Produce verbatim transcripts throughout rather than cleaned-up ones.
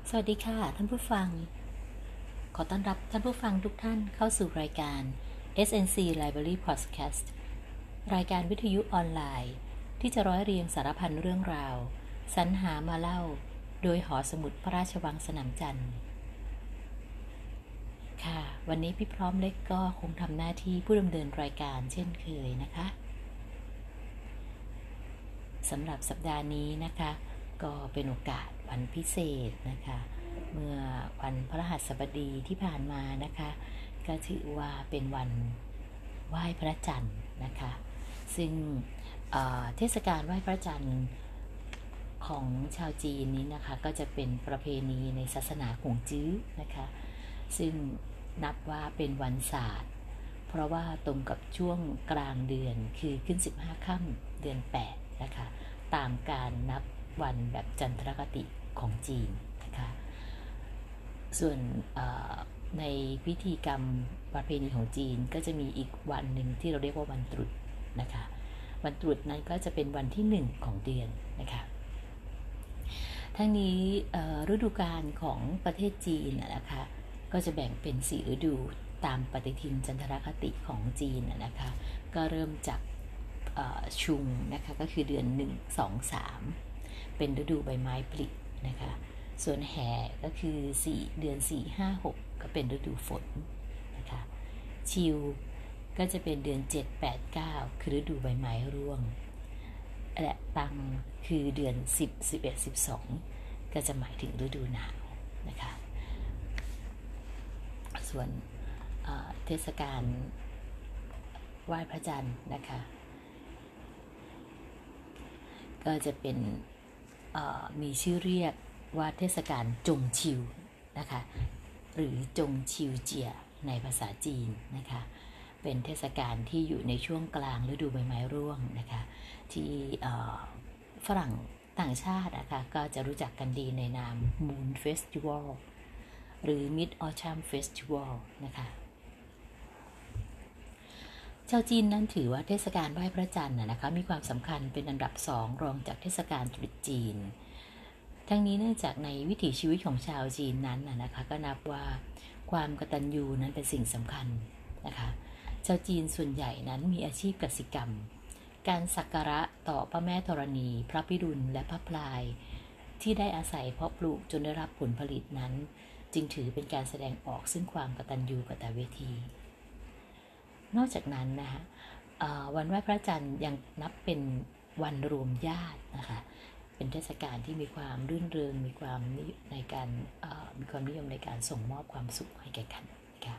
สวัสดีค่ะท่านผู้ฟังขอต้อนรับท่านผู้ฟังทุกท่านเข้าสู่รายการ เอส เอ็น ซี Library Podcast รายการวิทยุออนไลน์ที่จะร้อยเรียงสารพันเรื่องราวสรรหามาเล่าโดยหอสมุดพระราชวังสนามจันทร์ค่ะวันนี้พี่พร้อมเล็กก็คงทำหน้าที่ผู้ดำเนินรายการเช่นเคยนะคะสำหรับสัปดาห์นี้นะคะก็เป็นโอกาสวันพิเศษนะคะเมื่อวันพฤหัสบดีที่ผ่านมานะคะก็ถือว่าเป็นวันไหว้พระจันทร์นะคะซึ่งเเทศกาลไหว้พระจันทร์ของชาวจีนนี้นะคะก็จะเป็นประเพณีในศาสนาฮวงจื้อนะคะซึ่งนับว่าเป็นวันศาสตร์เพราะว่าตรงกับช่วงกลางเดือนคือขึ้นสิบห้าค่ำเดือนแปดนะคะตามการนับวันแบบจันทรคติของจีนนะคะส่วนในพิธีกรรมประเพณีของจีนก็จะมีอีกวันหนึ่งที่เราเรียกว่าวันตรุษนะคะวันตรุษนั้นก็จะเป็นวันที่หนึ่งของเดือนนะคะทั้งนี้ฤดูกาลของประเทศจีนนะคะก็จะแบ่งเป็นสี่ฤดูตามปฏิทินจันทรคติของจีนนะคะก็เริ่มจากชุงนะคะก็คือเดือนหนึ่ง สอง สามเป็นฤดูใบไม้ผลินะคะส่วนแห่ก็คือสี่เดือนสี่ ห้า หกก็เป็นฤดูฝนนะคะชิวก็จะเป็นเดือนเจ็ด แปด เก้าคือฤดูใบไม้ร่วงและตังคือเดือนสิบ สิบเอ็ด สิบสองก็จะหมายถึงฤดูหนาวนะคะส่วนเทศกาลไหว้พระจันทร์นะคะก็จะเป็นมีชื่อเรียกว่าเทศกาลจงชิวนะคะหรือจงชิวเจียในภาษาจีนนะคะเป็นเทศกาลที่อยู่ในช่วงกลางฤดูใบไม้ร่วงนะคะที่ฝรั่งต่างชาตินะคะก็จะรู้จักกันดีในนาม Moon Festival หรือ Mid Autumn Festival นะคะชาวจีนนั้นถือว่าเทศกาลไหว้พระจันทร์นะคะมีความสำคัญเป็นอันดับสองรองจากเทศกาลตรุษจีนทั้งนี้เนื่องจากในวิถีชีวิตของชาวจีนนั้นนะคะก็นับว่าความกตัญญูนั้นเป็นสิ่งสำคัญนะคะชาวจีนส่วนใหญ่นั้นมีอาชีพกสิกรรมการสักการะต่อพระแม่ธรณีพระพิรุณและพระพลายที่ได้อาศัยเพาะปลูกจนได้รับผลผลิตนั้นจึงถือเป็นการแสดงออกซึ่งความกตัญญูกตเวทีนอกจากนั้นนะคะวันไหว้พระจันทร์ยังนับเป็นวันรวมญาตินะคะเป็นเทศกาลที่มีความรื่นเริงมีความในการมีความนิยมในการส่งมอบความสุขให้แก่กันนะคะ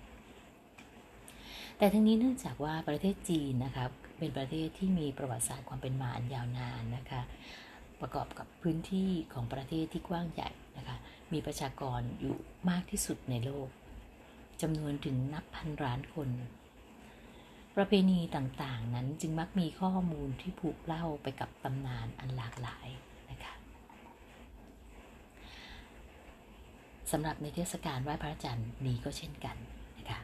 แต่ทั้งนี้เนื่องจากว่าประเทศจีนนะคะเป็นประเทศที่มีประวัติศาสตร์ความเป็นมาอันยาวนานนะคะประกอบกับพื้นที่ของประเทศที่กว้างใหญ่นะคะมีประชากรอยู่มากที่สุดในโลกจำนวนถึงนับพันล้านคนประเพณีต่างๆนั้นจึงมักมีข้อมูลที่ผูกเล่าไปกับตำนานอันหลากหลายนะคะสำหรับในเทศกาลไหว้พระจันทร์นี้ก็เช่นกันนะคะ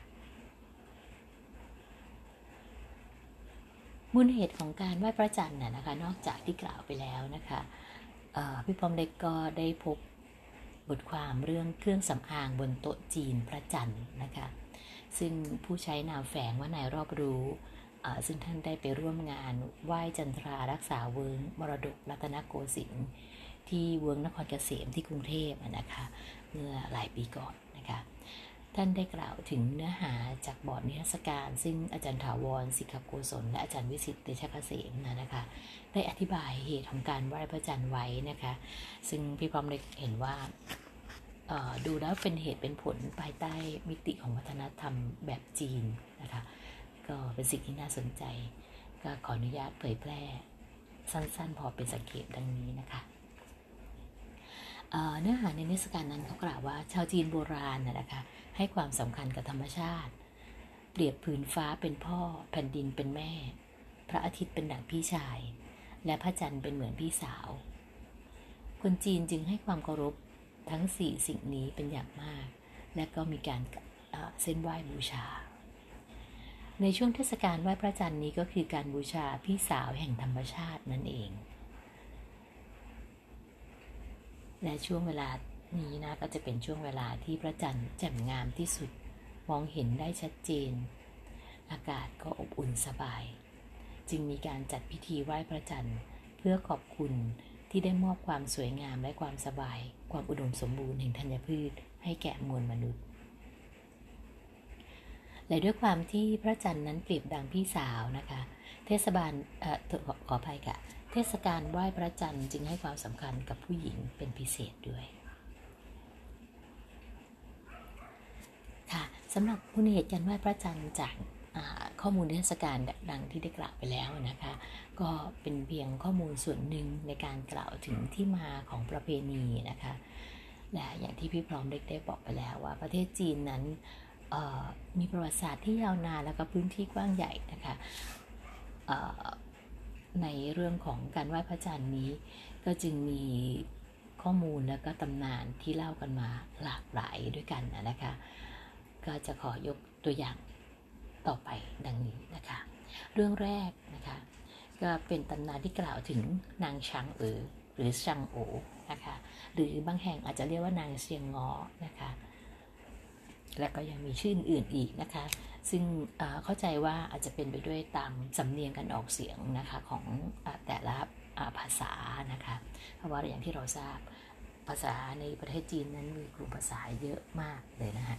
มูลเหตุของการไหว้พระจันทร์น่ะนะคะนอกจากที่กล่าวไปแล้วนะคะพี่ปอมเล็กก็ได้พบบทความเรื่องเครื่องสำอางบนโต๊ะจีนพระจันทร์นะคะซึ่งผู้ใช้นามแฝงว่านายรอบรู้ซึ่งท่านได้ไปร่วมงานไหว้จันทรารักษาเวิ้งมรดกรัตนโกสินทร์ที่เวิ้งนครเกษมที่กรุงเทพนะคะเมื่อหลายปีก่อนนะคะท่านได้กล่าวถึงเนื้อหาจากบอร์ดนิทรรศการซึ่งอาจารย์ถาวรศิขโกศลและอาจารย์วิสิทธิ์เตชะเกษมนะคะได้อธิบายเหตุของการไหว้พระจันทร์ไว้นะคะซึ่งพี่พร้อมได้เห็นว่าดูแล้วเป็นเหตุเป็นผลภายใต้มิติของวัฒนธรรมแบบจีนนะคะก็เป็นสิ่งที่น่าสนใจก็ขออนุญาตเผยแพร่สั้นๆพอเป็นสังเกตดังนี้นะคะเนื้อหาในเทศกาลนั้นเขากล่าวว่าชาวจีนโบราณนะคะให้ความสำคัญกับธรรมชาติเปรียบผืนฟ้าเป็นพ่อแผ่นดินเป็นแม่พระอาทิตย์เป็นดั่งพี่ชายและพระจันทร์เป็นเหมือนพี่สาวคนจีนจึงให้ความเคารพทั้งสี่สิ่งนี้เป็นอย่างมากและก็มีการเส้นไหว้บูชาในช่วงเทศกาลไหว้พระจันทร์นี้ก็คือการบูชาพี่สาวแห่งธรรมชาตินั่นเองและช่วงเวลานี้นะก็จะเป็นช่วงเวลาที่พระจันทร์แจ่มงามที่สุดมองเห็นได้ชัดเจนอากาศก็อบอุ่นสบายจึงมีการจัดพิธีไหว้พระจันทร์เพื่อขอบคุณที่ได้มอบความสวยงามและความสบายความอุดมสมบูรณ์แห่งธัญพืชให้แก่มวลมนุษย์และด้วยความที่พระจันทร์นั้นเปรียบดังพี่สาวนะคะเทศบาลเอ่อขออภัยค่ะเทศกาลไหว้พระจันทร์จึงให้ความสำคัญกับผู้หญิงเป็นพิเศษด้วยค่ะสำหรับมูลเหตุการไหว้พระจันทร์จากข้อมูลเทศกาลดังที่ได้กล่าวไปแล้วนะคะก็เป็นเพียงข้อมูลส่วนหนึ่งในการกล่าวถึงที่มาของประเพณีนะคะและอย่างที่พี่พร้อมได้บอกไปแล้วว่าประเทศจีนนั้นมีประวัติศาสตร์ที่ยาวนานแล้วก็พื้นที่กว้างใหญ่นะคะในเรื่องของการไหว้พระจันทร์นี้ก็จึงมีข้อมูลและก็ตำนานที่เล่ากันมาหลากหลายด้วยกันนะคะก็จะขอยกตัวอย่างต่อไปดังนี้นะคะเรื่องแรกนะคะก็เป็นตำนานที่กล่าวถึงนางชางเอ๋อหรือชางโอนะคะหรือบางแห่งอาจจะเรียกว่านางเซียงงอนะคะและก็ยังมีชื่ออื่นอีกนะคะซึ่งเข้าใจว่าอาจจะเป็นไปด้วยตามสำเนียงการออกเสียงนะคะของแต่ละภาษานะคะเพราะว่าอย่างที่เราทราบภาษาในประเทศจีนนั้นมีกลุ่มภาษาเยอะมากเลยนะคะ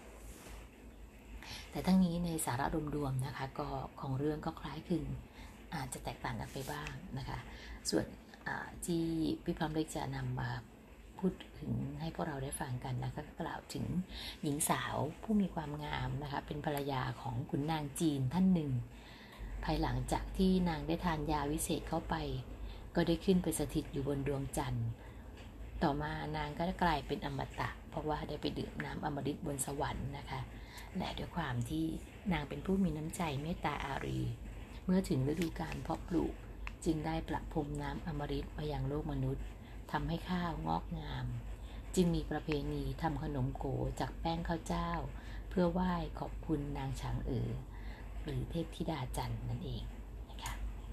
แต่ทั้งนี้ในสาระรวมๆนะคะก็ของเรื่องก็คล้ายคลึงอาจจะแตกต่างกันไปบ้างนะคะส่วนที่พี่พร้อมเล็กจะนำมาพูดถึงให้พวกเราได้ฟังกันนะคะกล่าวถึงหญิงสาวผู้มีความงามนะคะเป็นภรรยาของขุนนางจีนท่านหนึ่งภายหลังจากที่นางได้ทานยาวิเศษเข้าไปก็ได้ขึ้นไปสถิตอยู่บนดวงจันทร์ต่อมานางก็กลายเป็นอมตะเพราะว่าได้ไปดื่มน้ำอมฤตบนสวรรค์นะคะและด้วยความที่นางเป็นผู้มีน้ำใจเมตตาอารีเมื่อถึงฤดูกาลเพาะปลูกจึงได้ประพรมน้ำอมฤตมายังโลกมนุษย์ทำให้ข้าวงอกงามจึงมีประเพณีทำขนมโกจากแป้งข้าวเจ้าเพื่อไหว้ขอบคุณนางฉางเอ๋อหรือเทพธิดาจันทร์นั่นเองนะคะ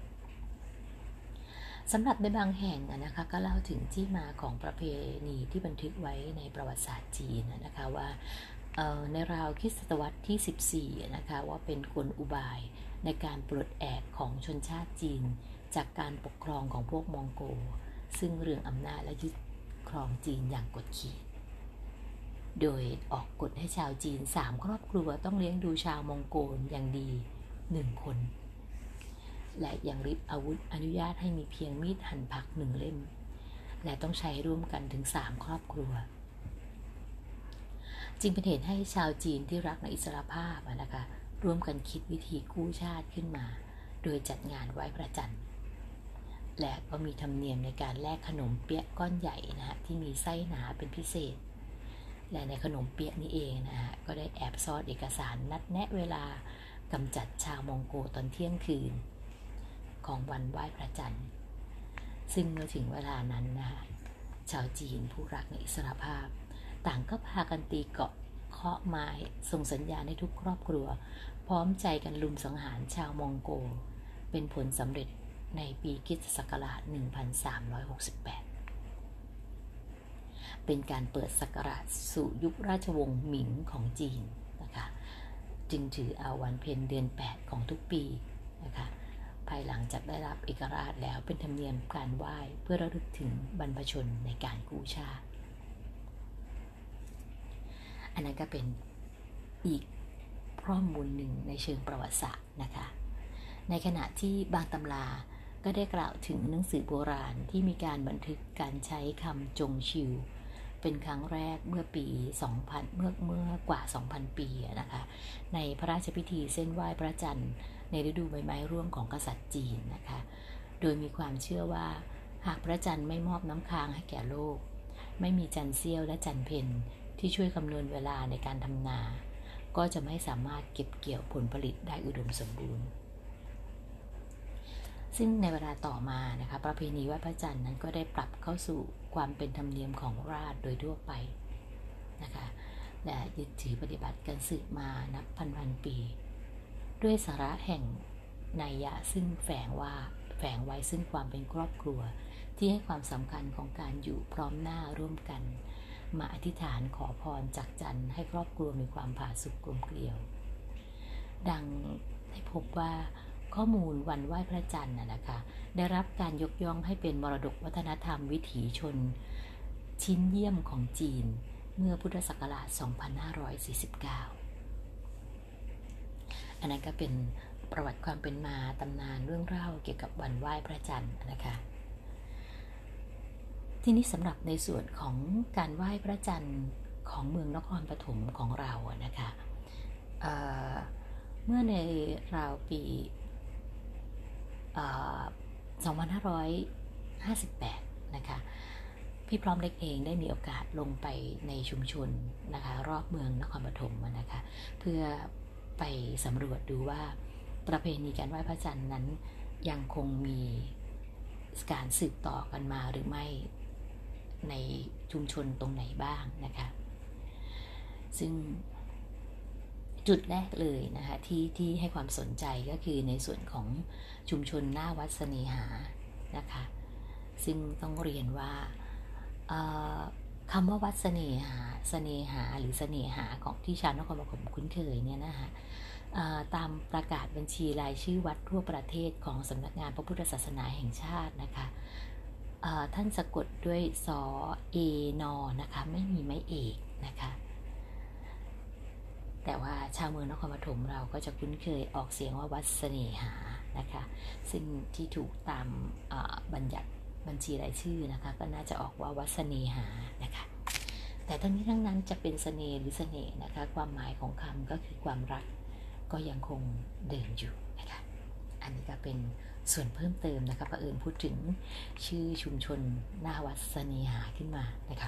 สำหรับในบางแห่งนะคะก็เล่าถึงที่มาของประเพณีที่บันทึกไว้ในประวัติศาสตร์จีนนะคะว่าในราวคริสตศตวรรษที่สิบสี่นะคะว่าเป็นกลอุบายในการปลดแอกของชนชาติจีนจากการปกครองของพวกมองโกซึ่งเรื่องอำนาจและยึดครองจีนอย่างกดขี่โดยออกกฎให้ชาวจีนสามครอบครัวต้องเลี้ยงดูชาวมองโกลอย่างดีหนึ่งคนและยังริบอาวุธอนุญาตให้มีเพียงมีดหั่นผักหนึ่งเล่มและต้องใช้ร่วมกันถึงสามครอบครัวจึงเป็นเหตุให้ชาวจีนที่รักในอิสรภาพนะคะร่วมกันคิดวิธีกู้ชาติขึ้นมาโดยจัดงานไหว้พระจันทร์และก็มีธรรมเนียมในการแลกขนมเปี๊ยะก้อนใหญ่นะฮะที่มีไส้หนาเป็นพิเศษและในขนมเปี๊ยะนี้เองนะฮะก็ได้แอบซ่อนเอกสารนัดแนะเวลากำจัดชาวมองโกตอนเที่ยงคืนของวันไหว้พระจันทร์ซึ่งเมื่อถึงเวลานั้นนะฮะชาวจีนผู้รักในอิสรภาพต่างก็พากันตีเกาะเคาะไม้ส่งสัญญาณให้ทุกครอบครัวพร้อมใจกันลุมสังหารชาวมองโกเป็นผลสำเร็จในปีคริสตศักราชหนึ่งพันสามร้อยหกสิบแปดเป็นการเปิดศักราชสู่ยุคราชวงศ์หมิงของจีนนะคะจึงถือเอาวันเพ็ญเดือนแปดของทุกปีนะคะภายหลังจากได้รับเอกราชแล้วเป็นธรรมเนียมการไหว้เพื่อระลึกถึงบรรพชนในการกู้ชาติอันนั้นก็เป็นอีกข้อมูลหนึ่งในเชิงประวัติศาสตร์นะคะในขณะที่บางตำราก็ได้กล่าวถึงหนังสือโบราณที่มีการบันทึกการใช้คำจงชิวเป็นครั้งแรกเมื่อปี สองพัน เมื่อเมื่อกว่า สองพัน ปีนะคะในพระราชพิธีเส้นไหว้พระจันทร์ในฤดูใบไม้ร่วงของกษัตริย์จีนนะคะโดยมีความเชื่อว่าหากพระจันทร์ไม่มอบน้ำค้างให้แก่โลกไม่มีจันทร์เสี้ยวและจันทร์เพ็ญที่ช่วยคำนวณเวลาในการทำนาก็จะไม่สามารถเก็บเกี่ยวผลผลิตได้อุดมสมบูรณ์ซึ่งในเวลาต่อมานะคะประเพณีไหว้พระจันทร์นั้นก็ได้ปรับเข้าสู่ความเป็นธรรมเนียมของราษฎรโดยทั่วไปนะคะและยึดถือปฏิบัติกันสืบมานับพันพันปีด้วยสาระแห่งนัยยะซึ่งแฝงว่าแฝงไว้ซึ่งความเป็นครอบครัวที่ให้ความสำคัญของการอยู่พร้อมหน้าร่วมกันมาอธิษฐานขอพรจากจันทร์ให้ครอบครัวมีความผาสุกกลมเกลียว ดังได้พบว่าข้อมูลวันไหว้พระจันทร์นะคะได้รับการยกย่องให้เป็นมรดกวัฒนธรรมวิถีชนชิ้นเยี่ยมของจีนเมื่อพุทธศักราช สองพันห้าร้อยสี่สิบเก้า อันนั้นก็เป็นประวัติความเป็นมาตำนานเรื่องเล่าเกี่ยวกับวันไหว้พระจันทร์นะคะทีนี้สำหรับในส่วนของการไหว้พระจันทร์ของเมืองนครปฐมของเรานะคะเ, เมื่อในราวปีสองพันห้าร้อยห้าสิบแปดนะคะพี่พร้อมเล็กเองได้มีโอกาสลงไปในชุมชนนะคะรอบเมืองนครปฐมนะคะเพื่อไปสำรวจดูว่าประเพณีการไหว้พระจันทร์นั้นยังคงมีการสืบต่อกันมาหรือไม่ในชุมชนตรงไหนบ้างนะคะซึ่งจุดแรกเลยนะคะที่ที่ให้ความสนใจก็คือในส่วนของชุมชนหน้าวัดเสน่หานะคะซึ่งต้องเรียนว่าคำว่าวัดเสน่หาเสน่หาหรือเสน่หาของที่ชาวนครปฐมคุ้นเคยเนี่ยนะคะตามประกาศบัญชีรายชื่อวัดทั่วประเทศของสำนักงานพระพุทธศาสนาแห่งชาตินะคะท่านสะกดด้วยสอเอนอนะคะไม่มีไม้เอกนะคะแต่ว่าชาวเมืองนครปฐมเราก็จะคุ้นเคยออกเสียงว่าวัดเสน่หานะคะซึ่งที่ถูกตามบัญญัติบัญชีรายชื่อนะคะก็น่าจะออกว่าวัดเสน่หานะคะแต่ทั้งนี้ทั้งนั้นจะเป็นเสน่ห์หรือเสน่ห์นะคะความหมายของคำก็คือความรักก็ยังคงเดิมอยู่นะคะอันนี้ก็เป็นส่วนเพิ่มเติมนะคะเผอิญพูดถึงชื่อชุมชนหน้าวัดเสน่หาขึ้นมานะคะ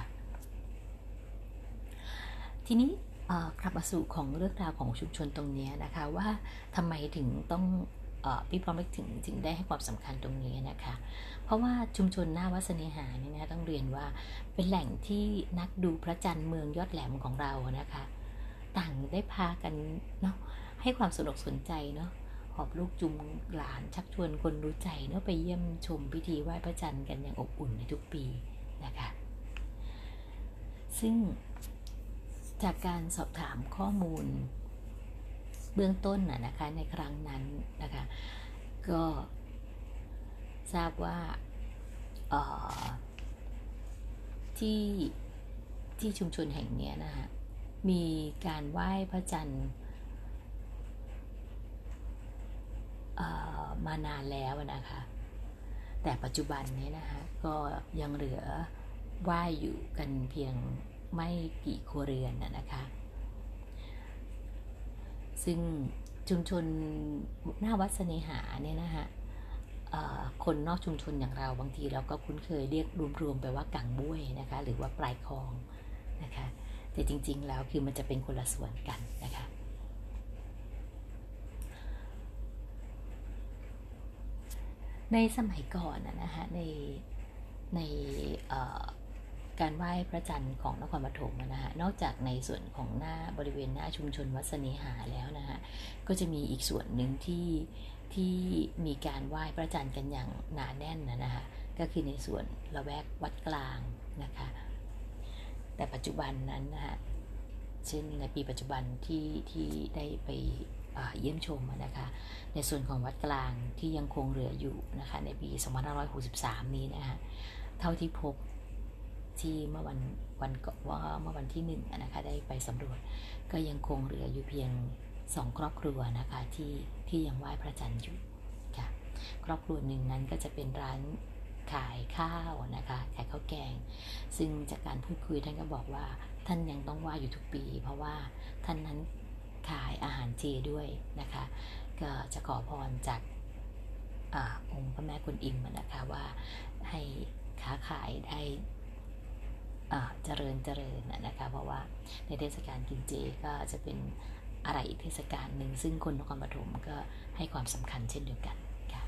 ทีนี้กลับมาสู่ของเรื่องราวของชุมชนตรงนี้นะคะว่าทำไมถึงต้องพี่พร้อมถึงถึงได้ให้ความสำคัญตรงนี้นะคะเพราะว่าชุมชนหน้าวัดเสน่หานี่นะต้องเรียนว่าเป็นแหล่งที่นักดูพระจันทร์เมืองยอดแหลมของเรานะคะต่างได้พากันเนาะให้ความสนุกสนใจเนาะหอบลูกจุงหลานชักชวนคนรู้ใจเนาะไปเยี่ยมชมพิธีไหว้พระจันทร์กันอย่างอบอุ่นในทุกปีนะคะซึ่งจากการสอบถามข้อมูลเบื้องต้นนะคะในครั้งนั้นนะคะก็ทราบว่าที่ที่ชุมชนแห่งนี้นะคะมีการไหว้พระจันทร์มานานแล้วนะคะแต่ปัจจุบันนี้นะคะก็ยังเหลือไหว้อยู่กันเพียงไม่กี่ครัวเรือนนะคะซึ่งชุมชนหน้าวัดเสน่หาเนี่ยนะคะคนนอกชุมชนอย่างเราบางทีเราก็คุ้นเคยเรียกรวมๆไปว่ากังบ้วยนะคะหรือว่าปลายคลองนะคะแต่จริงๆแล้วคือมันจะเป็นคนละส่วนกันนะคะในสมัยก่อนนะคะในในการไหว้พระจันทร์ของนครปฐมนะฮะนอกจากในส่วนของหน้าบริเวณหน้าชุมชนวัดเสน่หาแล้วนะฮะก็จะมีอีกส่วนหนึ่งที่ที่มีการไหว้พระจันทร์กันอย่างหนาแน่นนะฮะก็คือในส่วนละแวกวัดกลางนะคะแต่ปัจจุบันนั้นนะฮะเช่นในปีปัจจุบันที่ที่ได้ไปเยี่ยมชมนะคะในส่วนของวัดกลางที่ยังคงเหลืออยู่นะคะในปีสองพันห้าร้อยหกสิบสามนี้นะฮะเท่าที่พบที่เมื่อวันวันก่อนว่าเมื่อวันที่หนึ่งนะคะได้ไปสำรวจก็ยังคงเหลืออยู่เพียงสองครอบครัวนะคะที่ที่ยังไหว้พระจันทร์อยู่ค่ะครอบครัวหนึ่งนั้นก็จะเป็นร้านขายข้าวนะคะขายข้าวแกงซึ่งจากการพูดคุยท่านก็บอกว่าท่านยังต้องไหว้อยู่ทุกปีเพราะว่าท่านนั้นขายอาหารเจด้วยนะคะก็จะขอพรจากอองค์พระแม่กวนอิมนะคะว่าให้ค้าขายได้เจริญเจริญนะคะเพราะว่าในเทศกาลกินเจก็จะเป็นอะไรอีกเทศกาลหนึ่งซึ่งคนนครปฐมก็ให้ความสำคัญเช่นเดียวกันค่ะ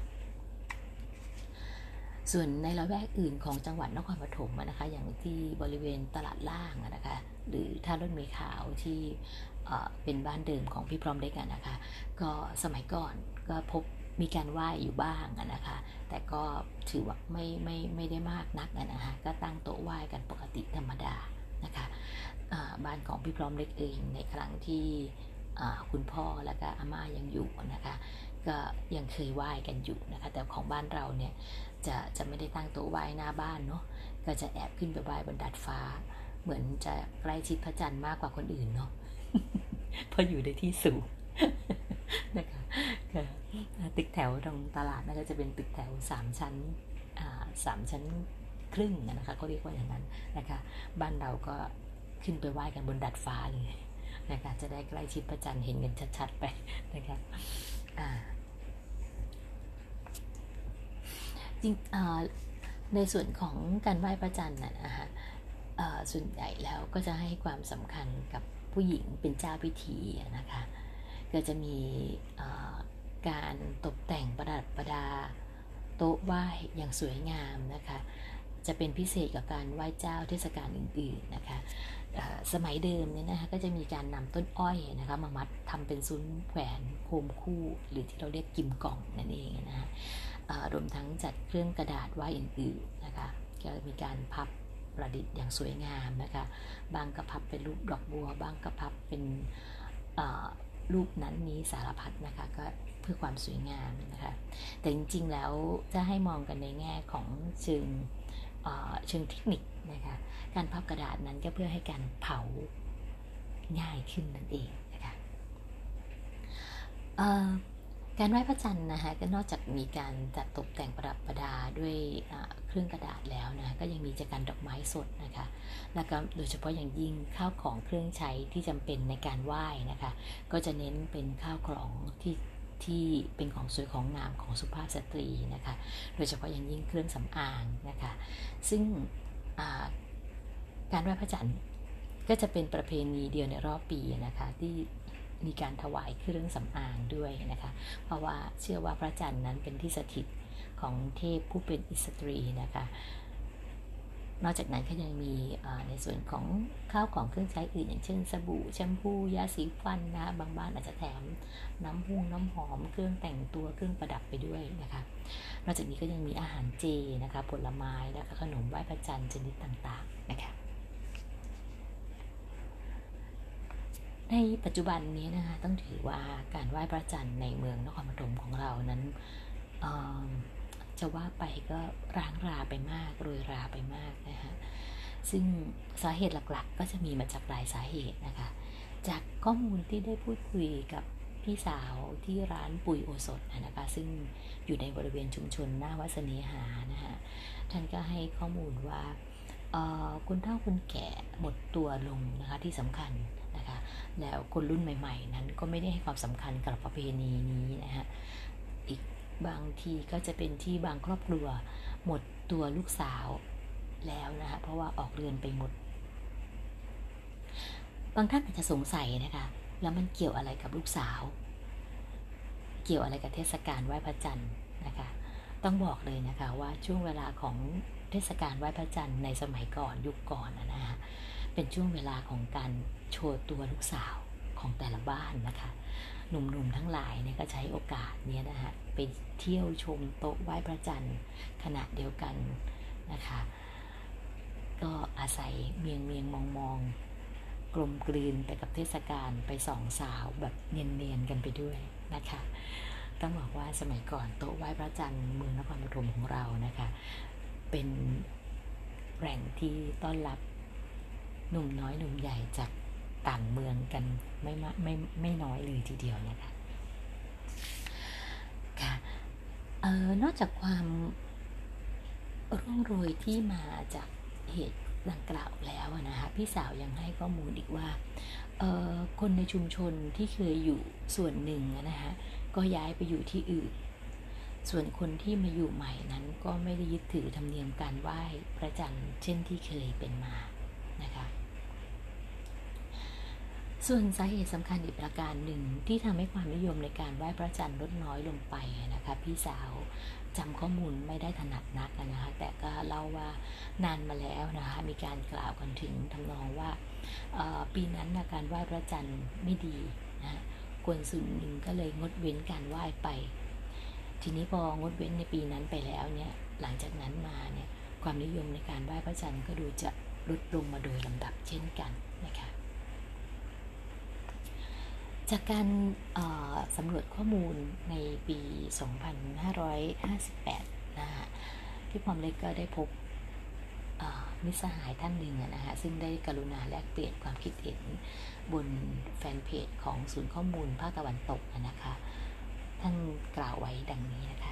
ส่วนในละแวกอื่นของจังหวัดนครปฐมนะคะอย่างที่บริเวณตลาดล่างนะคะหรือท่ารถเมล์ขาวที่เป็นบ้านเดิมของพี่พร้อมเล็กนะคะก็สมัยก่อนก็พบมีการไหว้อยู่บ้างนะคะแต่ก็ถือว่าไม่ไม่ไม่ได้มากนักนะคะก็ตั้งโต๊ะไหว้กันปกติธรรมดานะคะบ้านของพี่พร้อมเล็กเองในครั้งที่คุณพ่อและก็อาม่ายังอยู่นะคะก็ยังเคยไหว้กันอยู่นะคะแต่ของบ้านเราเนี่ยจะจะไม่ได้ตั้งโต๊ะไหว้หน้าบ้านเนาะก็จะแอบขึ้นไปไหว้บนดาดฟ้าเหมือนจะใกล้ชิดพระจันทร์มากกว่าคนอื่นเนาะ เพราะอยู่ในที่สูง นะคะตึกแถวตรงตลาดนั่นก็จะเป็นตึกแถวสามชั้นสามชั้นครึ่งนะคะก็เรียกว่าอย่างนั้นนะคะบ้านเราก็ขึ้นไปไหว้กันบนดาดฟ้าเลยนะคะจะได้ใกล้ชิดพระจันทร์เห็นกันชัดๆไปนะคะจริงในส่วนของการไหว้พระจันทร์นะคะส่วนใหญ่แล้วก็จะให้ความสำคัญกับผู้หญิงเป็นเจ้าพิธีนะคะก็จะมีการตกแต่งประดับประดาโต๊ะไหว้อย่างสวยงามนะคะจะเป็นพิเศษกับการไหว้เจ้าเทศกาลอื่นๆนะคะสมัยเดิมเนี่ยนะคะก็จะมีการนำต้นอ้อยนะคะมามัดทำเป็นซุ้มแขวนโคมคู่หรือที่เราเรียกกิมกล่องนั่นเองนะคะรวมทั้งจัดเครื่องกระดาษไหว้อื่นๆนะคะก็มีการพับประดิษฐ์อย่างสวยงามนะคะบางก็พับเป็นรูปดอกบัวบางก็พับเป็นรูปนั้นนี้สารพัดนะคะก็เพื่อความสวยงามนะคะแต่จริงๆแล้วจะให้มองกันในแง่ของเชิงเชิงเทคนิคนะคะการพับกระดาษนั้นก็เพื่อให้การเผาง่ายขึ้นนั่นเองนะคะการไหว้พระจันทร์นะคะก็นอกจากมีการจัดตกแต่งประดับประดาด้วยเครื่องกระดาษแล้วนะก็ยังมีจัดการดอกไม้สดนะคะแล้วก็โดยเฉพาะอย่างยิ่งข้าวของเครื่องใช้ที่จำเป็นในการไหว้นะคะก็จะเน้นเป็นข้าวของที่ที่เป็นของสวยของงามของสุภาพสตรีนะคะโดยเฉพาะอย่างยิ่งเครื่องสำอางนะคะซึ่งการไหว้พระจันทร์ก็จะเป็นประเพณีเดียวในรอบปีนะคะที่มีการถวายเครื่องสำอางด้วยนะคะเพราะว่าเชื่อว่าพระจันทร์นั้นเป็นที่สถิตของเทพผู้เป็นอิสตรีนะคะนอกจากนั้นก็ยังมีในส่วนของข้าวของเครื่องใช้อื่นอย่างเช่นสบู่แชมพูยาสีฟันนะบางบ้านอาจจะแถมน้ำพุ่งน้ำหอมเครื่องแต่งตัวเครื่องประดับไปด้วยนะคะนอกจากนี้ก็ยังมีอาหารเจนะคะผลไม้นะคะขนมไหว้พระจันทร์ชนิดต่างๆนะคะในปัจจุบันนี้นะคะต้องถือว่าการไหว้พระจันทร์ในเมืองนครปฐมของเรานั้นจะว่าไปก็ร้างราไปมากโรยราไปมากนะคะซึ่งสาเหตุหลักๆก็จะมีมาจากหลายสาเหตุนะคะจากข้อมูลที่ได้พูดคุยกับพี่สาวที่ร้านปุ๋ยโอสถนะคะซึ่งอยู่ในบริเวณชุมชนหน้าวัดเสน่หานะคะท่านก็ให้ข้อมูลว่าคนเฒ่าคนแก่หมดตัวลงนะคะที่สำคัญนะคะแล้วคนรุ่นใหม่ๆนั้นก็ไม่ได้ให้ความสำคัญกับประเพณีนี้นะคะอีกบางทีก็จะเป็นที่บางครอบครัวหมดตัวลูกสาวแล้วนะคะเพราะว่าออกเรือนไปหมดบางท่านอาจจะสงสัยนะคะแล้วมันเกี่ยวอะไรกับลูกสาวเกี่ยวอะไรกับเทศกาลไหว้พระจันทร์นะคะต้องบอกเลยนะคะว่าช่วงเวลาของเทศกาลไหว้พระจันทร์ในสมัยก่อนยุคก่อนนะฮะเป็นช่วงเวลาของการโชว์ตัวลูกสาวของแต่ละบ้านนะคะหนุ่มๆทั้งหลายเนี่ยก็ใช้โอกาสนี้นะฮะไปเที่ยวชมโต๊ะไหว้พระจันทร์ขณะเดียวกันนะคะก็อาศัยเมียงเมียงมองมองกลมกลืนไปกับเทศกาลไปสองสาวแบบเนียนๆกันไปด้วยนะคะต้องบอกว่าสมัยก่อนโต๊ะไหว้พระจันทร์เมืองนครปฐมของเรานะคะเป็นแหล่งที่ต้อนรับหนุ่มน้อยหนุ่มใหญ่จากต่างเมืองกันไม่ไม่ไม่น้อยเลยทีเดียวนะคะค่ะเอ่อนอกจากความร่วงโรยที่มาจากเหตุดังกล่าวแล้วนะคะพี่สาวยังให้ข้อมูลอีกว่าคนในชุมชนที่เคยอยู่ส่วนหนึ่งนะคะก็ย้ายไปอยู่ที่อื่นส่วนคนที่มาอยู่ใหม่นั้นก็ไม่ได้ยึดถือธรรมเนียมการไหว้พระจันทร์เช่นที่เคยเป็นมานะคะส่วนสาเหตุสำคัญอีกประการหนึ่งที่ทำให้ความนิยมในการไหว้พระจันทร์ลดน้อยลงไปนะคะพี่สาวจำข้อมูลไม่ได้ถนัดนักนะคะแต่ก็เล่าว่านานมาแล้วนะคะมีการกล่าวกันถึงทำนองว่าปีนั้นนะการไหว้พระจันทร์ไม่ดีนะคนส่วนหนึ่งก็เลยงดเว้นการไหว้ไปทีนี้พองดเว้นในปีนั้นไปแล้วเนี่ยหลังจากนั้นมาเนี่ยความนิยมในการไหว้พระจันทร์ก็ดูจะลดลงมาโดยลำดับเช่นกันนะคะจากการสำรวจข้อมูลในปี สองพันห้าร้อยห้าสิบแปด นะคะพี่พรเล็กก็ได้พบมิตรสหายท่านหนึ่งนะคะซึ่งได้กรุณาแลกเปลี่ยนความคิดเห็นบนแฟนเพจของศูนย์ข้อมูลภาคตะวันตกนะคะท่านกล่าวไว้ดังนี้นะคะ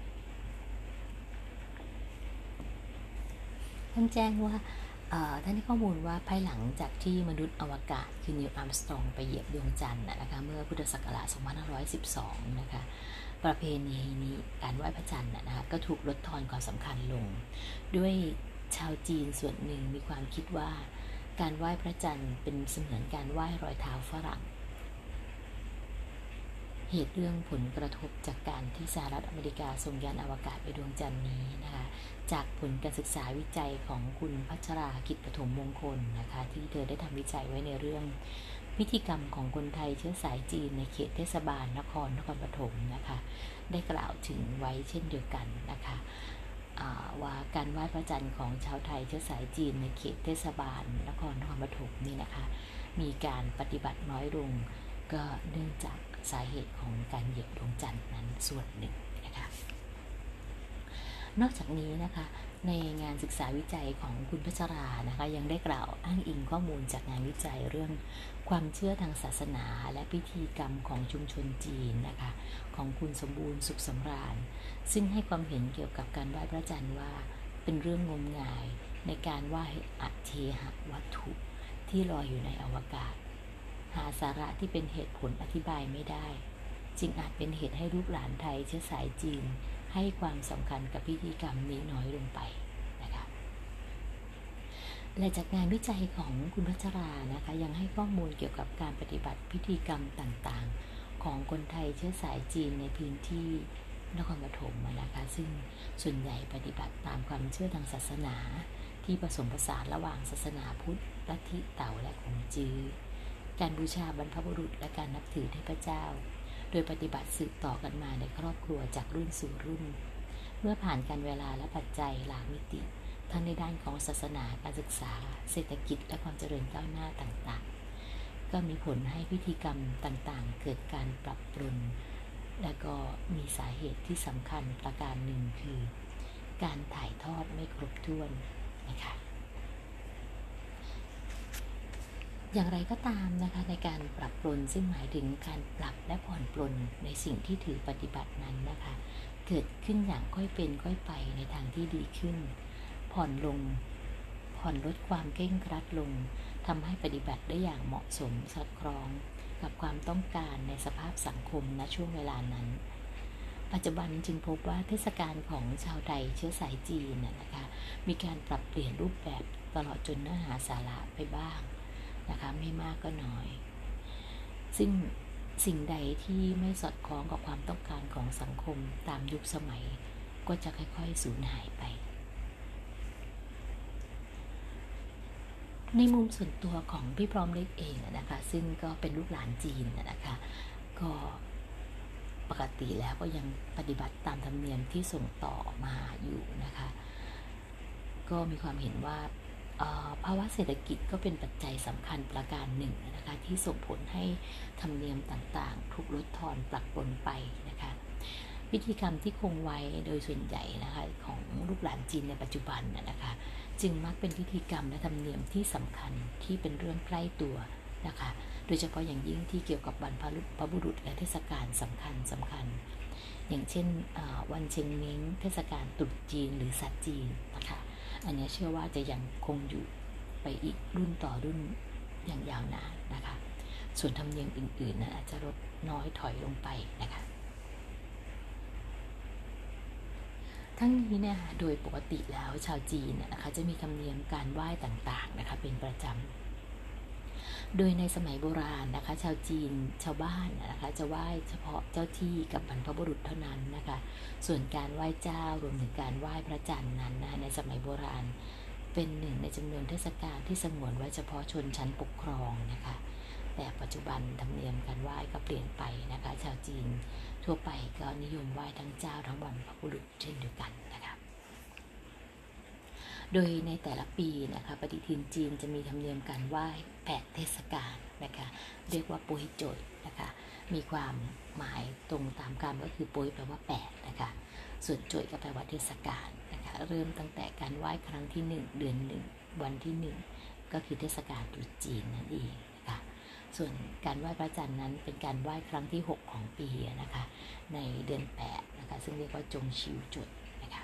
ท่านแจ้งว่าท่านให้ข้อมูลว่าภายหลังจากที่มนุษย์อวกาศคือนิวอัมสตรองไปเหยียบดวงจันทร์นะคะเมื่อพุทธศักราช สองพันห้าร้อยสิบสอง นะคะประเพณีนี้การไหว้พระจันทร์นะคะก็ถูกลดทอนความสำคัญลงด้วยชาวจีนส่วนหนึ่งมีความคิดว่าการไหว้พระจันทร์เป็นเสมือนการไหว้รอยเท้าฝรั่งเหตุเรื่องผลกระทบจากการที่สหรัฐอเมริกาส่งยานอวกาศไปดวงจันทร์นี้นะคะจากผลการศึกษาวิจัยของคุณพัชรากิจปฐมมงคลนะคะที่เธอได้ทำวิจัยไว้ในเรื่องพิธีกรรมของคนไทยเชื้อสายจีนในเขตเทศบาลนครนครปฐมนะคะได้กล่าวถึงไว้เช่นเดียวกันนะคะว่าการไหว้พระจันทร์ของชาวไทยเชื้อสายจีนในเขตเทศบาลนครนครปฐมนี่นะคะมีการปฏิบัติน้อยลงก็เนื่องจากสาเหตุของการเหยียบดวงจันทร์นั้นส่วนหนึ่งนะคะนอกจากนี้นะคะในงานศึกษาวิจัยของคุณพัชรานะคะยังได้กล่าวอ้างอิงข้อมูลจากงานวิจัยเรื่องความเชื่อทางศาสนาและพิธีกรรมของชุมชนจีนนะคะของคุณสมบูรณ์สุขสำราญซึ่งให้ความเห็นเกี่ยวกับการไหว้พระจันทร์ว่าเป็นเรื่องงมงายในการไหว้อเทหวัตถุที่ลอยอยู่ในอวกาศหาสาระที่เป็นเหตุผลอธิบายไม่ได้จึงอาจเป็นเหตุให้ลูกหลานไทยเชื้อสายจีนให้ความสำคัญกับพิธีกรรมนี้น้อยลงไปนะคะและจากงานวิจัยของคุณพัชรานะคะยังให้ข้อมูลเกี่ยวกับการปฏิบัติพิธีกรรมต่างๆของคนไทยเชื้อสายจีนในพื้นที่นครปฐมนะคะซึ่งส่วนใหญ่ปฏิบัติตามความเชื่อทางศาสนาที่ผสมผสานระหว่างศาสนาพุทธลัทธิเต่าและขงจื้อการบูชาบรรพบุรุษและการนับถือเทพเจ้าโดยปฏิบัติสืบต่อกันมาในครอบครัวจากรุ่นสู่รุ่นเมื่อผ่านการเวลาและปัจจัยหลากมิติทั้งในด้านของศาสนาการศึกษาเศรษฐกิจและความเจริญก้าวหน้าต่างๆก็มีผลให้พิธีกรรมต่างๆเกิดการปรับปรุงและก็มีสาเหตุที่สำคัญประการหนึ่งคือการถ่ายทอดไม่ครบถ้วนนะคะอย่างไรก็ตามนะคะในการปรับปรุงซึ่งหมายถึงการปรับและผ่อนปลนในสิ่งที่ถือปฏิบัตินั้นนะคะเกิดขึ้นอย่างค่อยเป็นค่อยไปในทางที่ดีขึ้นผ่อนลงผ่อนลดความเคร่งครัดลงทำให้ปฏิบัติได้อย่างเหมาะสมสอดคล้องกับความต้องการในสภาพสังคมณช่วงเวลานั้นปัจจุบันจึงพบว่าเทศกาลของชาวไทยเชื้อสายจีนนะคะมีการปรับเปลี่ยนรูปแบบตลอดจนเนื้อหาสาระไปบ้างนะคะไม่มากก็น้อยซึ่งสิ่งใดที่ไม่สอดคล้องกับความต้องการของสังคมตามยุคสมัยก็จะค่อยๆสูญหายไปในมุมส่วนตัวของพี่พร้อมเล็กเองนะคะซึ่งก็เป็นลูกหลานจีนนะคะก็ปกติแล้วก็ยังปฏิบัติตามธรรมเนียมที่ส่งต่อมาอยู่นะคะก็มีความเห็นว่าภาวะเศรษฐกิจก็เป็นปัจจัยสำคัญประการหนึ่งนะคะที่ส่งผลให้ธรรมเนียมต่างๆถูกลดทอนปรับปรุงไปนะคะพิธีกรรมที่คงไว้โดยส่วนใหญ่นะคะของลูกหลานจีนในปัจจุบันนะคะจึงมักเป็นพิธีกรรมและธรรมเนียมที่สำคัญที่เป็นเรื่องใกล้ตัวนะคะโดยเฉพาะอย่างยิ่งที่เกี่ยวกับบรรพบุรุษและเทศกาลสำคัญสำคัญอย่างเช่นวันเชงเม้งเทศกาลตรุษจีนหรือศาสตร์จีนนะคะอันนี้เชื่อว่าจะยังคงอยู่ไปอีกรุ่นต่อรุ่นอย่างยาวนานนะคะส่วนธรรมเนียมอื่นๆนะอาจจะลดน้อยถอยลงไปนะคะทั้งนี้เนี่ยโดยปกติแล้วชาวจีนนะคะจะมีธรรมเนียมการไหว้ต่างๆนะคะเป็นประจำโดยในสมัยโบราณนะคะชาวจีนชาวบ้านนะคะจะไหว้เฉพาะเจ้าที่กับบรรพบุรุษเท่านั้นนะคะส่วนการไหว้เจ้ารวมถึงการไหว้พระจันทร์นั้นนะในสมัยโบราณเป็นหนึ่งในจำนวนเทศกาลที่สงวนไว้เฉพาะชนชั้นปกครองนะคะแต่ปัจจุบันธรรมเนียมการไหว้ก็เปลี่ยนไปนะคะชาวจีนทั่วไปก็นิยมไหว้ทั้งเจ้าทั้งบรรพบุรุษเช่นเดียวกันนะคะโดยในแต่ละปีนะคะปฏิทินจีนจะมีธรรมเนียมการไหว้แปดเทศกาลนะคะเรียกว่าปุยโจยนะคะมีความหมายตรงตามคำก็คือปุยแปลว่าแปดนะคะส่วนโจยก็แปลว่าเทศกาลนะคะเริ่มตั้งแต่การไหว้ครั้งที่หนึ่งเดือนหนึ่งวันที่หนึ่งก็คือเทศกาลตรุษจีนนั่นเองนะคะส่วนการไหว้พระจันทร์นั้นเป็นการไหว้ครั้งที่หกของปีนะคะในเดือนแปดนะคะซึ่งเรียกว่าจงชิวโจยนะคะ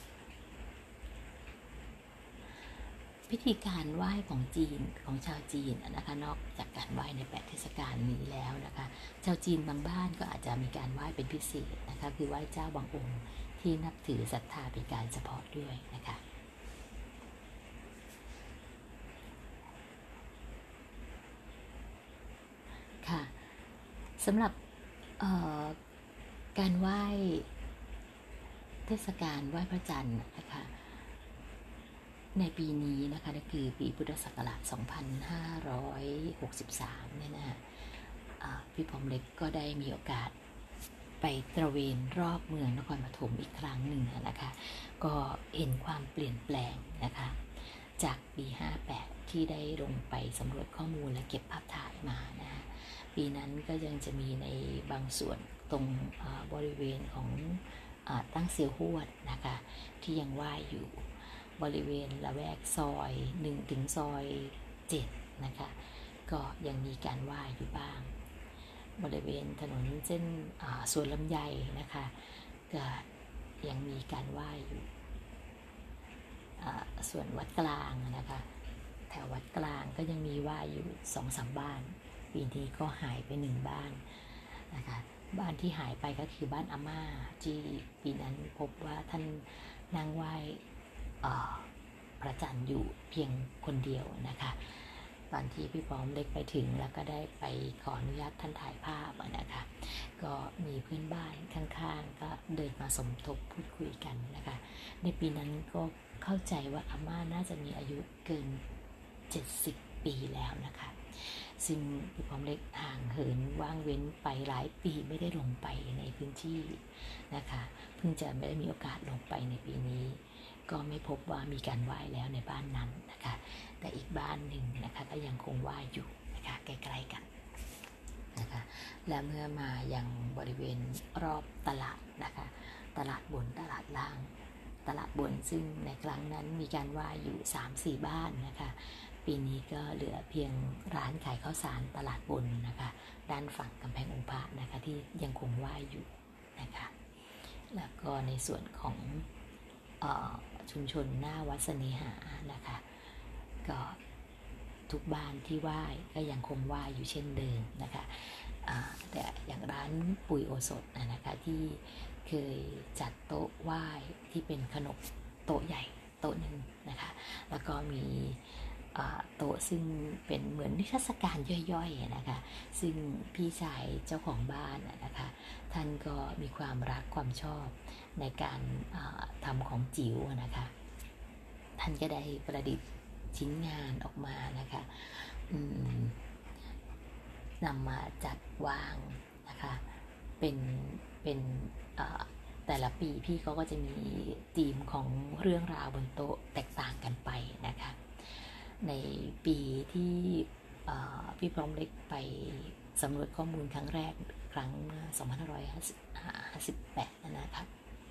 พิธีการไหว้ของจีนของชาวจีนนะคะนอกจากการไหว้ในแปดเทศกาลนี้แล้วนะคะชาวจีนบางบ้านก็อาจจะมีการไหว้เป็นพิเศษนะคะคือไหว้เจ้าบางองค์ที่นับถือศรัทธาเป็นการเฉพาะด้วยนะคะค่ะสำหรับการไหว้เทศกาลไหว้พระจันทร์นะคะในปีนี้นะคะก็คือปีพุทธศักราชสองพันห้าร้อยหกสิบสามเนี่ยนะพี่พรหมเล็กก็ได้มีโอกาสไปตระเวนรอบเมืองนครปฐมอีกครั้งหนึ่งนะคะก็เห็นความเปลี่ยนแปลงนะคะจากปีห้าแปดที่ได้ลงไปสำรวจข้อมูลและเก็บภาพถ่ายมานะปีนั้นก็ยังจะมีในบางส่วนตรงบริเวณของตั้งเซียวฮวดนะคะที่ยังว่ายอยู่บริเวณละแวกซอยหนึ่งถึงซอยเจ็ดนะคะก็ยังมีการไหว้อยู่บ้างบริเวณถนนเส้นสวนลำไยนะคะก็ยังมีการไหว้อยู่ส่วนวัดกลางนะคะแถววัดกลางก็ยังมีไหว้อยู่ สองสาม บ้านปีนี้ก็หายไปหนึ่งบ้านนะคะบ้านที่หายไปก็คือบ้านอาม่าที่ปีนั้นพบว่าท่านนั่งไหว้พระจันทร์อยู่เพียงคนเดียวนะคะตอนที่พี่พร้อมเล็กไปถึงแล้วก็ได้ไปขออนุญาตท่านถ่ายภาพนะคะก็มีเพื่อนบ้านข้างๆก็เดินมาสมทบพูดคุยกันนะคะในปีนั้นก็เข้าใจว่าอาม่าน่าจะมีอายุเกินเจ็ดสิบปีแล้วนะคะซึ่งพี่พร้อมเล็กห่างเหินว่างเว้นไปหลายปีไม่ได้ลงไปในพื้นที่นะคะเพิ่งจะไม่ได้มีโอกาสลงไปในปีนี้ก็ไม่พบว่ามีการไหว้แล้วในบ้านนั้นนะคะแต่อีกบ้านหนึ่งนะคะก็ยังคงไหว้อยู่นะคะใกล้ๆกันนะคะและเมื่อมายังบริเวณรอบตลาดนะคะตลาดบนตลาดล่างตลาดบนซึ่งในครั้งนั้นมีการไหว้อยู่ สามสี่ บ้านนะคะปีนี้ก็เหลือเพียงร้านขายข้าวสารตลาดบนนะคะด้านฝั่งกำแพงองค์พระนะคะที่ยังคงไหว้อยู่นะคะแล้วก็ในส่วนของชุมชนหน้าวัดเสน่หานะคะก็ทุกบ้านที่ไหว้ก็ยังคงไหว้อยู่เช่นเดิมนะคะแต่อย่างร้านปุ๋ยโอสถนะคะที่เคยจัดโต๊ะไหว้ที่เป็นขนมโต๊ะใหญ่โต๊ะหนึ่งนะคะแล้วก็มีโต๊ะซึ่งเป็นเหมือนนิทรรศการย่อยๆนะคะซึ่งพี่ชายเจ้าของบ้านนะคะท่านก็มีความรักความชอบในการทำของจิ๋วนะคะท่านก็ได้ประดิษฐ์ชิ้นงานออกมานะคะนำมาจัดวางนะคะเป็นเป็นแต่ละปีพี่เขาก็จะมีธีมของเรื่องราวบนโต๊ะแตกต่างกันไปนะคะในปีที่พี่พร้อมเล็กไปสำรวจข้อมูลครั้งแรกครั้งสองพันห้าร้อยห้าสิบแปดนะครับ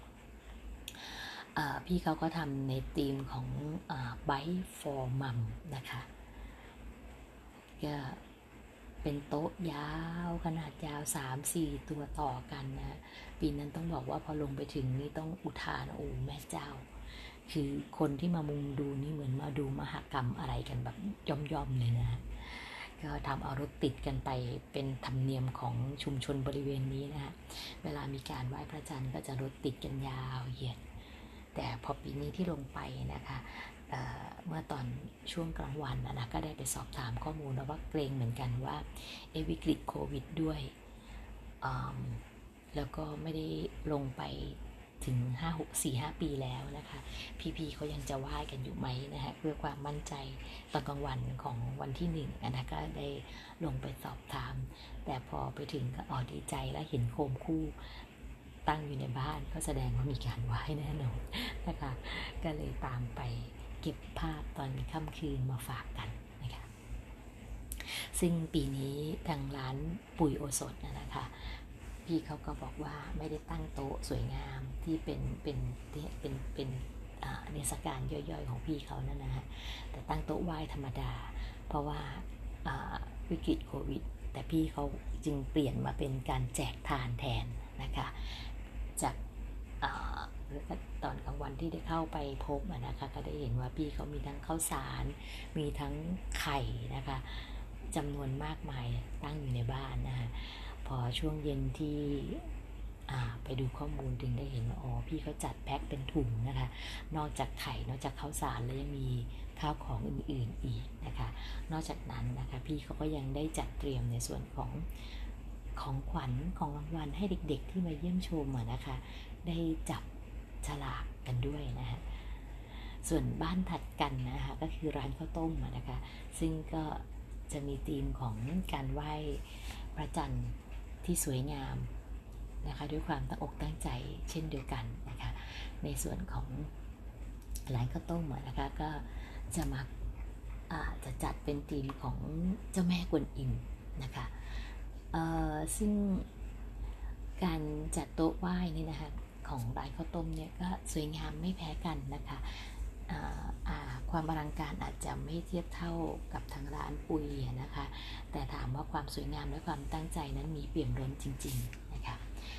พี่เขาก็ทำในธีมของ Bite for Mom นะคะก็เป็นโต๊ะยาวขนาดยาว สามสี่ ตัวต่อกันนะปีนั้นต้องบอกว่าพอลงไปถึงนี่ต้องอุทานโอ้แม่เจ้าคือคนที่มามุงดูนี่เหมือนมาดูมหกรรมอะไรกันแบบย่อมๆเลยนะก็ทำเอารถติดกันไปเป็นธรรมเนียมของชุมชนบริเวณนี้นะเวลามีการไหว้พระจันทร์ก็จะรถติดกันยาวเหยียดแต่พอปีนี้ที่ลงไปนะคะ เ, เมื่อตอนช่วงกลางวันนะก็ได้ไปสอบถามข้อมูลแล้วว่าเกรงเหมือนกันว่าเอวิกฤตโควิดด้วยแล้วก็ไม่ได้ลงไปถึงห้า หก สี่ ห้าปีแล้วนะคะพี่ๆเขายังจะไหว้กันอยู่ไหมนะคะเพื่อความมั่นใจตอนกลางวันของวันที่หนึ่งนะก็ได้ลงไปสอบถามแต่พอไปถึงก็อ๋อดีใจและเห็นโคมคู่ตั้งอยู่ในบ้านก็แสดงว่ามีการไหว้แน่นอนนะคะก็เลยตามไปเก็บภาพตอนค่ำคืนมาฝากกันนะคะซึ่งปีนี้ทางร้านปุ๋ยโอสถนะคะพี่เขาก็บอกว่าไม่ได้ตั้งโต๊ะสวยงามที่เป็นเป็นเป็นเป็นเทศกาลย่อยๆของพี่เขานั่นนะฮะแต่ตั้งโต๊ะไหว้ธรรมดาเพราะว่าวิกฤตโควิดแต่พี่เขาจึงเปลี่ยนมาเป็นการแจกทานแทนนะคะจากตอนกลางวันที่ได้เข้าไปพบนะคะก็ได้เห็นว่าพี่เขามีทั้งข้าวสารมีทั้งไข่นะคะจำนวนมากมายตั้งอยู่ในบ้านนะคะพอช่วงเย็นที่ไปดูข้อมูลถึงได้เห็นว่าอ๋อพี่เขาจัดแพ็คเป็นถุงนะคะนอกจากไข่นอกจากข้าวสารแล้วยังมีข้าวของอื่นๆอีกนะคะนอกจากนั้นนะคะพี่เขาก็ยังได้จัดเตรียมในส่วนของของขวัญของรางวัลให้เด็กๆที่มาเยี่ยมชมนะคะได้จับฉลากกันด้วยนะฮะส่วนบ้านถัดกันนะคะก็คือร้านข้าวต้มนะคะซึ่งก็จะมีธีมของการไหว้พระจันทร์ที่สวยงามนะคะด้วยความตั้งอกตั้งใจเช่นเดียวกันนะคะในส่วนของร้านข้าวต้มนะคะก็จะมาจะจัดเป็นธีมของเจ้าแม่กวนอิมนะคะซึ่งการจัดโต๊ะไหว้นี่นะคะของร้านข้าวต้มเนี่ยก็สวยงามไม่แพ้กันนะคะความอลังการอาจจะไม่เทียบเท่ากับทางร้านปุยนะคะแต่ถามว่าความสวยงามและความตั้งใจนั้นมีเปี่ยมล้นจริงๆนะคะ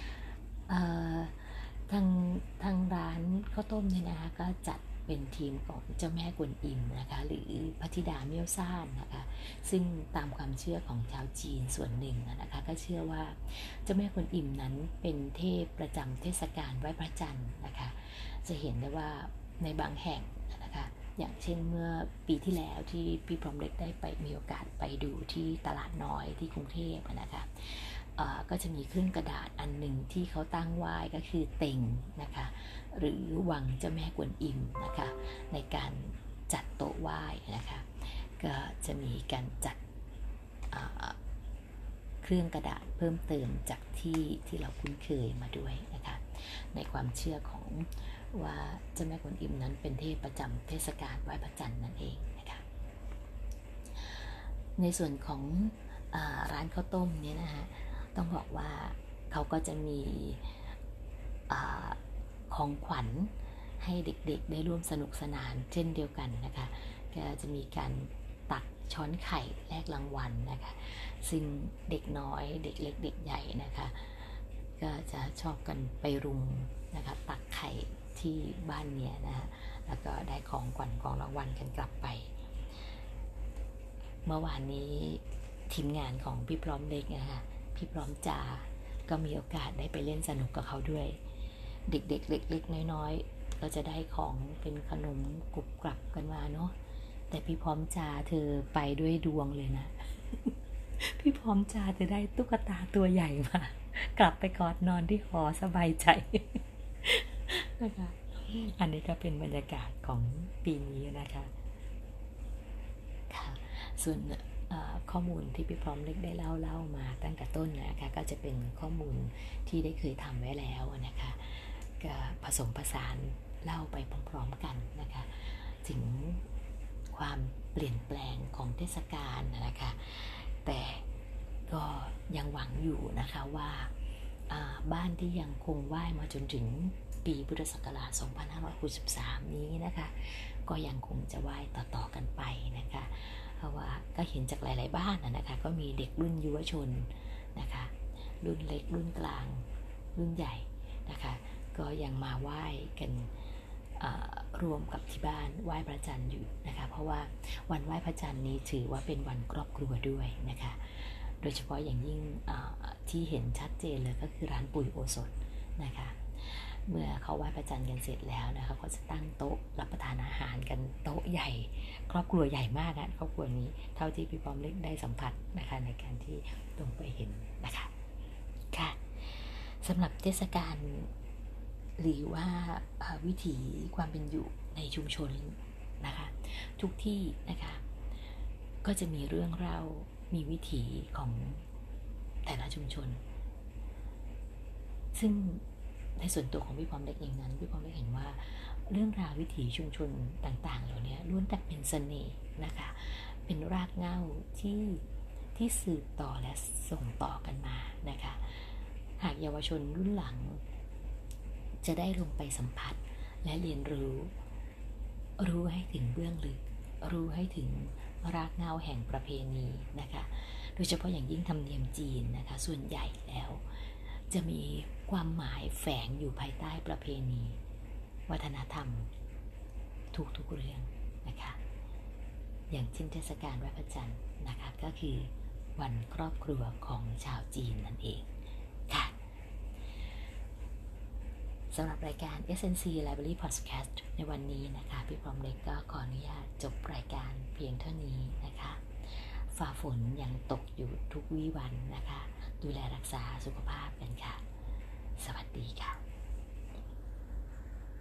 ทางทางร้านข้าวต้มเนี่ยนะคะก็จัดเป็นทีมของเจ้าแม่กวนอิมนะคะหรือพระธิดาเมี่ยวซ่านนะคะซึ่งตามความเชื่อของชาวจีนส่วนหนึ่งนะคะก็เชื่อว่าเจ้าแม่กวนอิมนั้นเป็นเทพประจำเทศกาลไหว้พระจันทร์นะคะจะเห็นได้ว่าในบางแห่งนะคะอย่างเช่นเมื่อปีที่แล้วที่พี่พร้อมเล็กได้ไปมีโอกาสไปดูที่ตลาดน้อยที่กรุงเทพนะคะก็จะมีเครื่องกระดาษอันหนึ่งที่เขาตั้งไหว้ก็คือเต็งนะคะหรือวังเจ้าแม่กวนอิมนะคะในการจัดโต๊ะไหว้นะคะก็จะมีการจัดเครื่องกระดาษเพิ่มเติมจากที่ที่เราคุ้นเคยมาด้วยนะคะในความเชื่อของว่าเจ้าแม่กวนอิมนั้นเป็นเทพประจำเทศกาลไหว้พระจันทร์นั่นเองนะคะในส่วนของร้านข้าวต้มเนี่ยนะคะต้องบอกว่าเขาก็จะมีของขวัญให้เด็กๆได้ร่วมสนุกสนานเช่นเดียวกันนะคะก็จะมีการตักช้อนไข่แลกรางวัลนะคะซึ่งเด็กน้อยเด็กเล็กเด็กใหญ่นะคะก็จะชอบกันไปรุมนะคะตักไข่ที่บ้านเนี่ยนะแล้วก็ได้ของขวัญของรางวัลกันกลับไปเมื่อวานนี้ทีมงานของพี่พร้อมเล็กนะคะพี่พร้อมจ่าก็มีโอกาสได้ไปเล่นสนุกกับเขาด้วยเด็กๆเล็กๆน้อยๆก็จะได้ของเป็นขนมกรุบกรับกันมาเนาะแต่พี่พร้อมจ่าเธอไปด้วยดวงเลยนะ พี่พร้อมจ่าเธอได้ตุ๊กตาตัวใหญ่มากลับไปกอดนอนที่หอสบายใจ นะคะอันนี้ก็เป็นบรรยากาศของปีนี้นะคะค่ะส่วนข้อมูลที่พี่พร้อมเล็กได้เล่าเล่ามาตั้งแต่ต้นนะคะก็จะเป็นข้อมูลที่ได้เคยทำไว้แล้วนะคะก็ผสมผสานเล่าไปพร้อมๆกันนะคะถึงความเปลี่ยนแปลงของเทศกาลนะคะแต่ก็ยังหวังอยู่นะคะว่าบ้านที่ยังคงไหว้มาจนถึงปีพุทธศักราชสองพันห้าร้อยหกสิบสามนี้นะคะก็ยังคงจะไหว้ต่อๆกันไปนะคะเพราะว่าก็เห็นจากหลายๆบ้านนะคะก็มีเด็กรุ่นยุวชนนะคะรุ่นเล็กรุ่นกลางรุ่นใหญ่นะคะก็ยังมาไหว้กันรวมกับที่บ้านไหว้พระจันทร์อยู่นะคะเพราะว่าวันไหว้พระจันทร์นี้ถือว่าเป็นวันครอบครัวด้วยนะคะโดยเฉพาะอย่างยิ่งที่เห็นชัดเจนเลยก็คือร้านปุ๋ยโอสถนะคะเมื่อเขาไหว้พระจันทร์กันเสร็จแล้วนะคะเขาจะตั้งโต๊ะรับประทานอาหารกันโต๊ะใหญ่ครอบครัวใหญ่มากนะครอบครัวนี้เท่าที่พี่ปอมเล็กได้สัมผัสนะคะในการที่ลงไปเห็นนะคะค่ะสำหรับเทศกาลหรือว่าวิถีความเป็นอยู่ในชุมชนนะคะทุกที่นะคะก็จะมีเรื่องเล่ามีวิถีของแต่ละชุมชนซึ่งในส่วนตัวของพี่พร้อมเล็กเองนั้นพี่พร้อมเล็กเห็นว่าเรื่องราววิถีชุมชนต่างๆเหล่านี้ล้วนแต่เป็นเสน่ห์นะคะเป็นรากเหง้าที่ที่สืบต่อและส่งต่อกันมานะคะหากเยาวชนรุ่นหลังจะได้ลงไปสัมผัสและเรียนรู้รู้ให้ถึงเบื้องลึกรู้ให้ถึงรากเหง้าแห่งประเพณีนะคะโดยเฉพาะอย่างยิ่งธรรมเนียมจีนนะคะส่วนใหญ่แล้วจะมีความหมายแฝงอยู่ภายใต้ประเพณีวัฒนธรรมทุกๆเรื่องนะคะอย่างเช่นเทศกาลไหว้พระจันทร์นะคะก็คือวันครอบครัวของชาวจีนนั่นเองค่ะสำหรับรายการ เอส เอ็น ซี Library Podcast ในวันนี้นะคะพี่พร้อมเล็กก็ขออนุญาตจบรายการเพียงเท่านี้นะคะฝ่าฝนยังตกอยู่ทุกวี่วันนะคะดูแลรักษาสุขภาพกันค่ะสวัสดีค่ะ